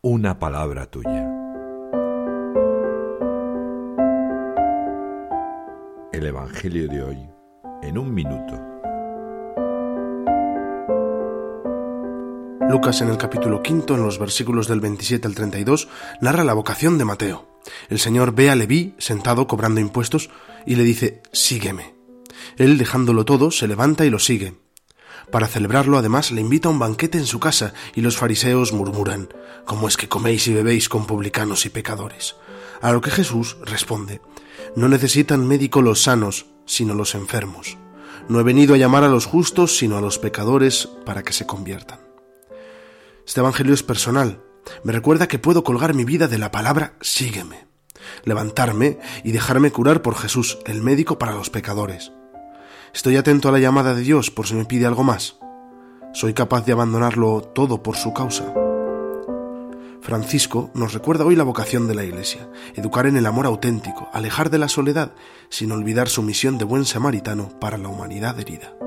una palabra tuya. El Evangelio de hoy en un minuto. Lucas, en el capítulo 5, en los versículos del 27 al 32, narra la vocación de Mateo. El Señor ve a Leví sentado cobrando impuestos y le dice: «Sígueme». Él, dejándolo todo, se levanta y lo sigue. Para celebrarlo, además, le invita a un banquete en su casa y los fariseos murmuran: «¿Cómo es que coméis y bebéis con publicanos y pecadores?». A lo que Jesús responde: «No necesitan médico los sanos, sino los enfermos. No he venido a llamar a los justos, sino a los pecadores para que se conviertan». Este evangelio es personal. Me recuerda que puedo colgar mi vida de la palabra «sígueme», levantarme y dejarme curar por Jesús, el médico para los pecadores. ¿Estoy atento a la llamada de Dios por si me pide algo más? ¿Soy capaz de abandonarlo todo por su causa? Francisco nos recuerda hoy la vocación de la Iglesia: educar en el amor auténtico, alejar de la soledad, sin olvidar su misión de buen samaritano para la humanidad herida.